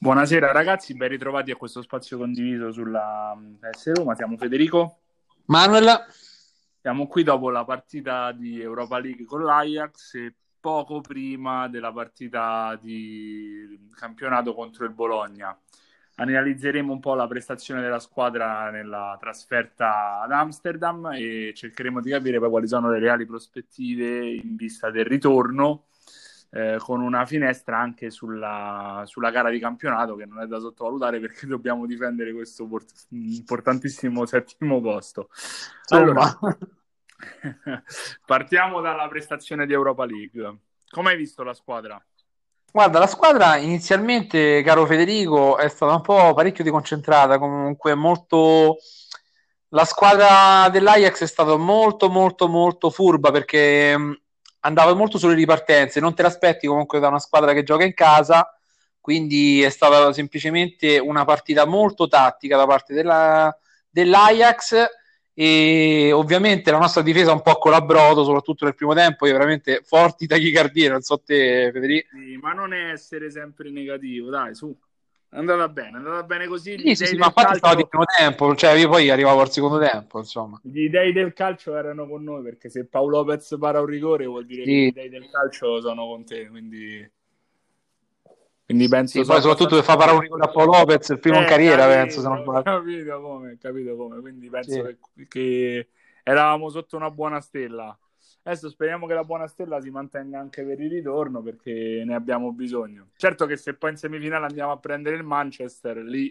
Buonasera ragazzi, ben ritrovati a questo spazio condiviso sulla S Roma. Siamo Federico, Manuel, siamo qui dopo la partita di Europa League con l'Ajax e poco prima della partita di campionato contro il Bologna. Analizzeremo un po' la prestazione della squadra nella trasferta ad Amsterdam e cercheremo di capire poi quali sono le reali prospettive in vista del ritorno, con una finestra anche sulla gara di campionato che non è da sottovalutare perché dobbiamo difendere questo importantissimo settimo posto. Allora, insomma, partiamo dalla prestazione di Europa League. Come hai visto la squadra? guarda, la squadra inizialmente, caro Federico, è stata un po' parecchio deconcentrata, comunque molto. La squadra dell'Ajax è stata molto, molto, molto furba perché andava molto sulle ripartenze, non te l'aspetti comunque da una squadra che gioca in casa, quindi è stata semplicemente una partita molto tattica da parte dell'Ajax e ovviamente la nostra difesa un po' colabrodo, soprattutto nel primo tempo, io veramente forti tachicardia, non so te Federico. Sì, ma non è essere sempre negativo, dai, su. È andata bene così. Sì, sì, sì, ma infatti stavo di primo tempo, cioè io poi arrivavo al secondo tempo, insomma. Gli dei del calcio erano con noi, perché se Paolo Lopez para un rigore vuol dire che Sì, gli dei del calcio sono con te, quindi penso sì, sia poi soprattutto che abbastanza fa parare un giusto. rigore a Paolo Lopez, il primo in carriera, penso, se non sbaglio. Capito come, quindi penso Sì. che eravamo sotto una buona stella. Adesso speriamo che la buona stella si mantenga anche per il ritorno perché ne abbiamo bisogno. Certo che se poi in semifinale andiamo a prendere il Manchester, lì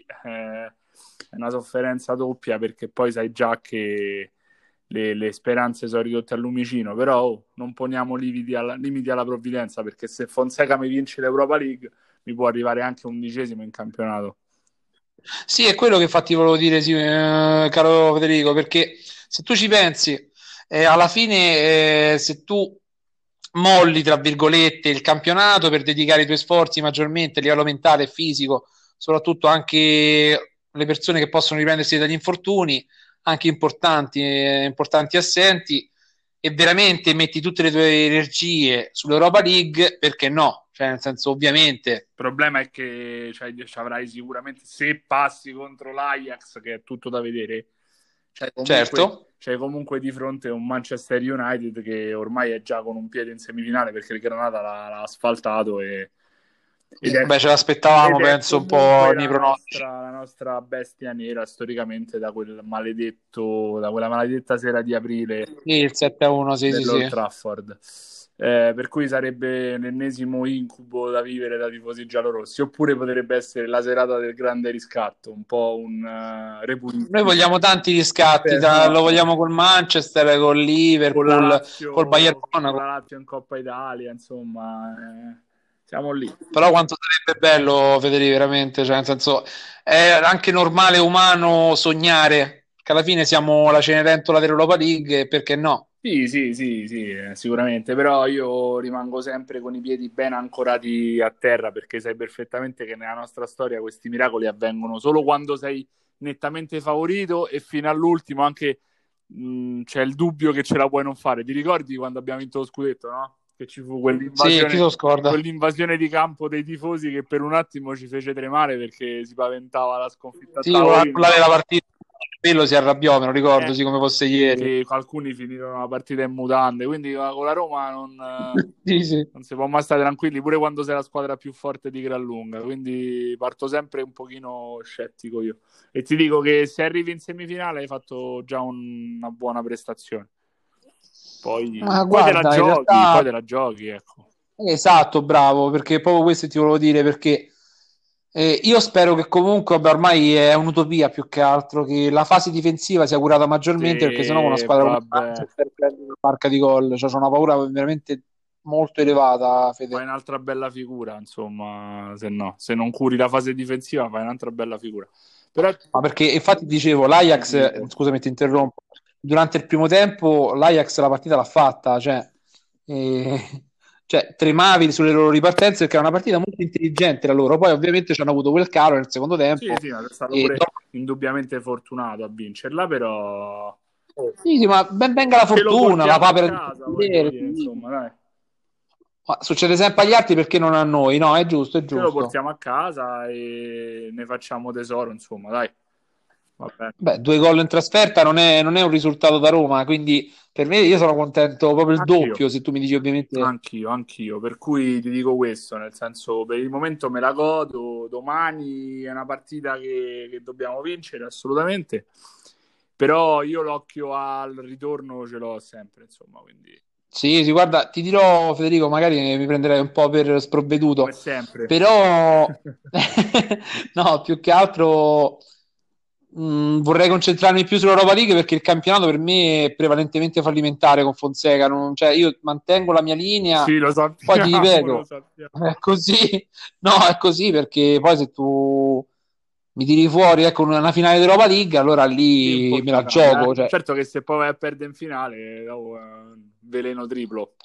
è una sofferenza doppia perché poi sai già che le speranze sono ridotte al lumicino, però non poniamo limiti alla provvidenza perché se Fonseca mi vince l'Europa League mi può arrivare anche 11° in campionato. Sì, è quello che infatti volevo dire, sì, caro Federico, perché se tu ci pensi, alla fine, se tu molli, tra virgolette, il campionato per dedicare i tuoi sforzi maggiormente a livello mentale e fisico, soprattutto anche le persone che possono riprendersi dagli infortuni, anche importanti, importanti assenti, e veramente metti tutte le tue energie sull'Europa League, perché no? Cioè, nel senso, ovviamente, Il problema è che ci avrai sicuramente, se passi contro l'Ajax, che è tutto da vedere, certo. c'è comunque di fronte un Manchester United che ormai è già con un piede in semifinale perché il Granata l'ha asfaltato ed è, Beh, ce ed l'aspettavamo, è penso, un po' comunque nei pronostici. la nostra bestia nera storicamente da quella maledetta sera di aprile Sì, il 7-1, sì, sì, dell'Old sì. Trafford. Per cui sarebbe l'ennesimo incubo da vivere da tifosi giallorossi, oppure potrebbe essere la serata del grande riscatto, un po' un Noi repulitivo. vogliamo tanti riscatti, lo No, vogliamo col Manchester, col Liverpool, col Bayern Monaco. con la Lazio in Coppa Italia, insomma, siamo lì. Però quanto sarebbe bello, Federico, veramente, cioè, nel senso, è anche normale, umano sognare, che alla fine siamo la Cenerentola dell'Europa League, e perché no? Sì, sì, sì, sì, sicuramente, però io rimango sempre con i piedi ben ancorati a terra perché sai perfettamente che nella nostra storia questi miracoli avvengono solo quando sei nettamente favorito e fino all'ultimo anche c'è il dubbio che ce la puoi non fare. Ti ricordi quando abbiamo vinto lo scudetto, no? Che ci fu Sì, chi se lo scorda? quell'invasione di campo dei tifosi che per un attimo ci fece tremare perché si paventava la sconfitta a Sì, con tavolino, la no? della partita, quello si arrabbiò, me lo ricordo, Eh, sì, come fosse ieri. che alcuni finirono la partita in mutande, quindi con la Roma Sì, sì. non si può mai stare tranquilli, pure quando sei la squadra più forte di gran lunga, quindi parto sempre un pochino scettico io. E ti dico che se arrivi in semifinale hai fatto già una buona prestazione. Ma Te guarda, in poi realtà. te la giochi, ecco. Esatto, bravo, perché proprio questo ti volevo dire, perché io spero che comunque, vabbè, ormai è un'utopia più che altro, che la fase difensiva sia curata maggiormente, perché sennò con una Se, squadra come il vabbè, Manchester prende una barca di gol, cioè c'è una paura veramente molto elevata, fai Fede. un'altra bella figura, insomma, se no, se non curi la fase difensiva fai un'altra bella figura. Però Ma perché infatti dicevo, ti l'Ajax, dico, scusami, ti interrompo, durante il primo tempo l'Ajax la partita l'ha fatta, eh, cioè tremavi sulle loro ripartenze perché era una partita molto intelligente la loro, poi ovviamente ci hanno avuto quel calo nel secondo sì, tempo sì, ma è stato e pure dopo. indubbiamente fortunato a vincerla, però Sì, sì, ma ben venga la ce lo fortuna, la portiamo a papera del casa, voglio portiere, dire, sì. insomma, dai. Ma succede sempre agli altri perché non a noi, no? È giusto, è Ce lo giusto. portiamo a casa e ne facciamo tesoro, insomma, dai. Va bene. Beh, 2 gol in trasferta non è un risultato da Roma, quindi per me io sono contento proprio il Anch'io. doppio, se tu mi dici ovviamente. Anch'io, per cui ti dico questo, nel senso per il momento me la godo, domani è una partita che dobbiamo vincere assolutamente, però io l'occhio al ritorno ce l'ho sempre, insomma, quindi Sì, sì, guarda, ti dirò, Federico, magari mi prenderai un po' per come sprovveduto, sempre. però no, più che altro vorrei concentrarmi più sull'Europa League perché il campionato per me è prevalentemente fallimentare con Fonseca, cioè io mantengo la mia linea, Sì, lo poi ti sappiamo, lo ripeto, sappiamo. è così, no, è così perché poi se tu mi tiri fuori, ecco, una finale d'Europa League, allora Sì, un lì po' me ti la cambia, gioco, cioè. Certo che se poi vai a perdere in finale, veleno triplo.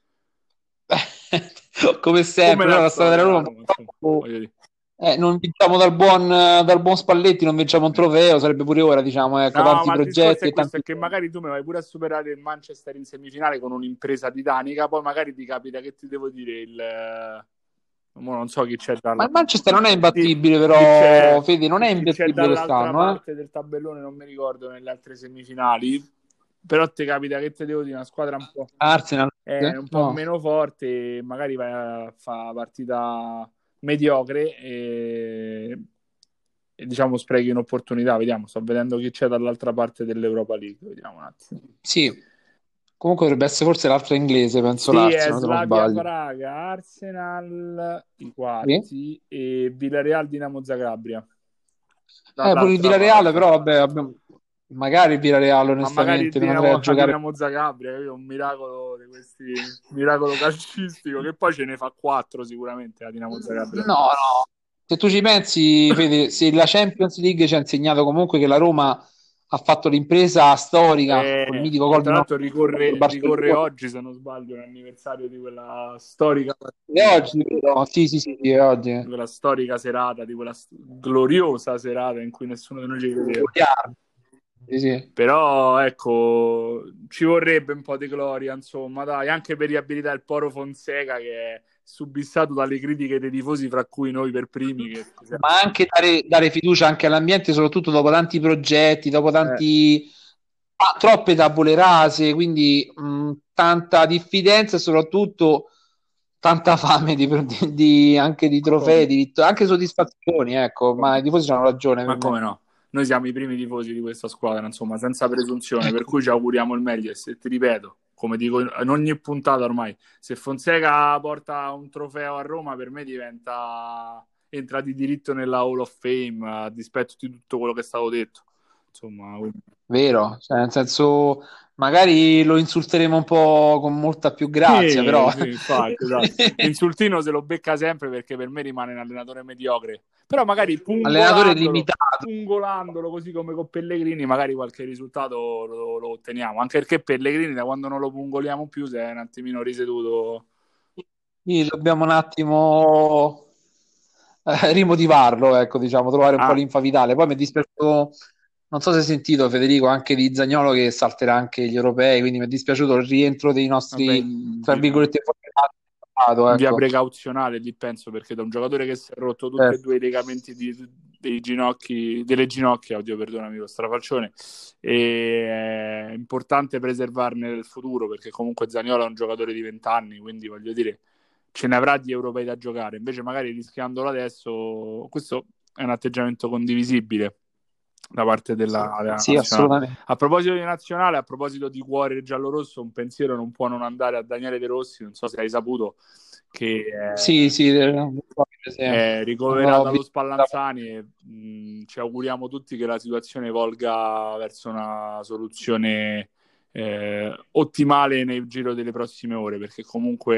Come Come sempre, la no? La storia storia della della Roma. Roma, insomma, Purtroppo, voglio dire. non vinciamo dal buon Spalletti, non vinciamo un Eh. trofeo, sarebbe pure ora, diciamo, ecco, No, tanti ma il discorso progetti è e questo, è tanti che magari tu mi vai pure a superare il Manchester in semifinale con un'impresa titanica, poi magari ti capita che ti devo dire mo non so chi c'è Ma dalla... il Manchester non è chi, imbattibile, chi però, c'è, Fede, non è chi c'è imbattibile dall'altra quest'anno, eh? parte del tabellone, non mi ricordo, nelle altre semifinali, però ti capita che ti devo dire una squadra Arsenal, un po' no. meno forte, magari vai a fare partita mediocre e diciamo sprechi un'opportunità. Vediamo, sto vedendo chi c'è dall'altra parte dell'Europa League. Vediamo un attimo. Sì, comunque dovrebbe essere forse l'altra inglese, penso Sì, è l'Arsenal, se non Slavia sbaglio. Praga, Arsenal, i Sì? quarti e Villarreal Dinamo Zagabria Pure il dall'altra Villarreal, parte. però vabbè, magari il Villarreal, Ma magari onestamente, non andrei a A giocare. Dinamo Zagabria, capito? Un miracolo di questi, miracolo calcistico che poi ce ne fa quattro sicuramente a Dinamo Zagabria. No, no. Se tu ci pensi, Fede, se la Champions League ci ha insegnato comunque che la Roma ha fatto l'impresa storica col mitico Che gol tra di Mauro l'altro contro il ricorre Barcellona, oggi, se non sbaglio, l'anniversario di quella storica e partita, oggi, no, sì, sì, sì, sì, è oggi. di quella storica serata, di quella gloriosa serata in cui nessuno di noi ci credeva. Goliardi. Sì, sì. Però ecco, ci vorrebbe un po' di gloria, insomma, dai, anche per riabilitare il Poro Fonseca che è subissato dalle critiche dei tifosi, fra cui noi per primi. Ma anche dare fiducia anche all'ambiente, soprattutto dopo tanti progetti, dopo Eh, troppe tabule rase, quindi tanta diffidenza e soprattutto tanta fame anche di ma come trofei, no? anche soddisfazioni, ecco, Come ma i no? tifosi hanno ragione per Ma me. come no? Noi siamo i primi tifosi di questa squadra, insomma, senza presunzione, per cui ci auguriamo il meglio. E se ti ripeto, come dico in ogni puntata ormai, se Fonseca porta un trofeo a Roma, per me entra di diritto nella Hall of Fame, a dispetto di tutto quello che è stato detto. Insomma, Vero? Cioè, nel senso, magari lo insulteremo un po' con molta più grazia, sì, però sì, infatti, esatto. L'insultino se lo becca sempre perché per me rimane un allenatore mediocre. Però magari allenatore limitato. pungolandolo così come con Pellegrini, magari qualche risultato lo otteniamo. Anche perché Pellegrini da quando non lo pungoliamo più si è un attimino riseduto. Quindi dobbiamo un attimo rimotivarlo, ecco, diciamo, trovare un po' Ah, l'infa vitale. Poi mi è dispiaciuto, non so se hai sentito Federico, anche di Zaniolo che salterà anche gli europei, quindi mi è dispiaciuto il rientro dei vabbè, nostri, tra virgolette, fortunati, in via ecco. precauzionale, lì penso, perché da un giocatore che si è rotto tutti e Certo. due i legamenti dei ginocchi, delle ginocchia, oddio, perdonami lo strafalcione, e è importante preservarne il futuro, perché comunque Zaniolo è un giocatore di 20 anni, quindi voglio dire, ce ne avrà di europei da giocare, invece magari rischiandolo adesso, questo è un atteggiamento condivisibile da parte della Sì, nazionale. assolutamente. A proposito di nazionale, a proposito di cuore giallorosso, un pensiero non può non andare a Daniele De Rossi, non so se hai saputo che Sì, sì, sì. è L'ho ricoverato allo visto. Spallanzani e ci auguriamo tutti che la situazione volga verso una soluzione ottimale nel giro delle prossime ore, perché comunque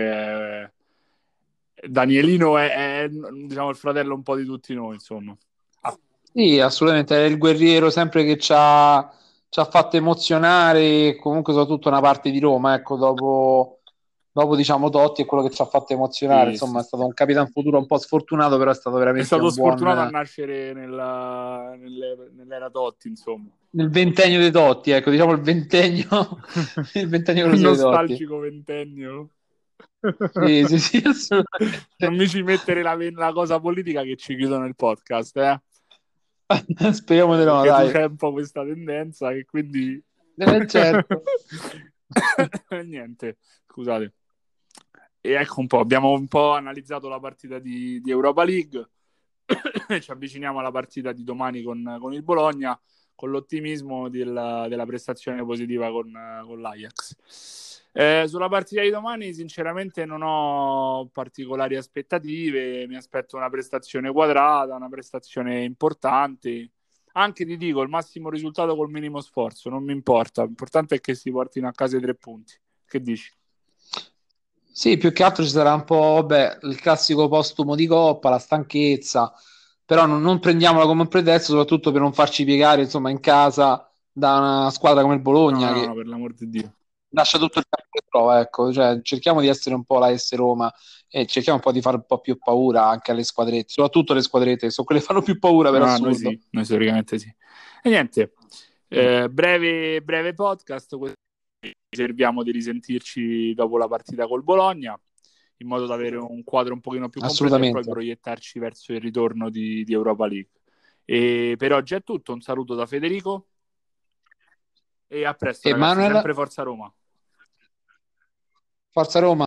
Danielino è, diciamo il fratello un po' di tutti noi, insomma. Sì, assolutamente, è il guerriero sempre che ci ha fatto emozionare, comunque soprattutto una parte di Roma, ecco, dopo diciamo Totti è quello che ci ha fatto emozionare, Sì, sì. insomma è stato un Capitan Futuro un po' sfortunato, però è stato È veramente stato un sfortunato a buon nascere nell'era Totti, insomma. nel ventennio dei Totti, ecco, diciamo il ventennio, il ventennio Il glorioso dei Totti. nostalgico ventennio. Sì, sì, sì, assolutamente. Non mi ci mettere la cosa politica che ci chiudono il podcast, eh? Speriamo di no, Perché tu dai. c'è un po' questa tendenza che quindi... Certo. Niente, scusate. E ecco un po', abbiamo un po' analizzato la partita di Europa League, ci avviciniamo alla partita di domani con il Bologna, con l'ottimismo della prestazione positiva con l'Ajax. Sulla partita di domani sinceramente non ho particolari aspettative, mi aspetto una prestazione quadrata, una prestazione importante. Anche ti dico, il massimo risultato col minimo sforzo, non mi importa, l'importante è che si portino a casa i 3 punti. Che dici? Sì, più che altro ci sarà un po', vabbè, il classico postumo di coppa, la stanchezza, però non prendiamola come un pretesto, soprattutto per non farci piegare, insomma, in casa da una squadra come il No, Bologna no, no, che per l'amor di Dio. lascia tutto il campo che trova, ecco, cioè, cerchiamo di essere un po' la S Roma e cerchiamo un po' di fare un po' più paura anche alle squadrette, soprattutto le squadrette, che sono quelle che fanno più paura per Ah, noi assurdo. sì, noi storicamente sì. E niente, Mm. breve podcast, cerchiamo di risentirci dopo la partita col Bologna, in modo da avere un quadro un pochino più completo e poi Assolutamente. proiettarci verso il ritorno di Europa League. E per oggi è tutto, un saluto da Federico e a presto ragazzi, Emanuel, sempre Forza Roma. Forza Roma.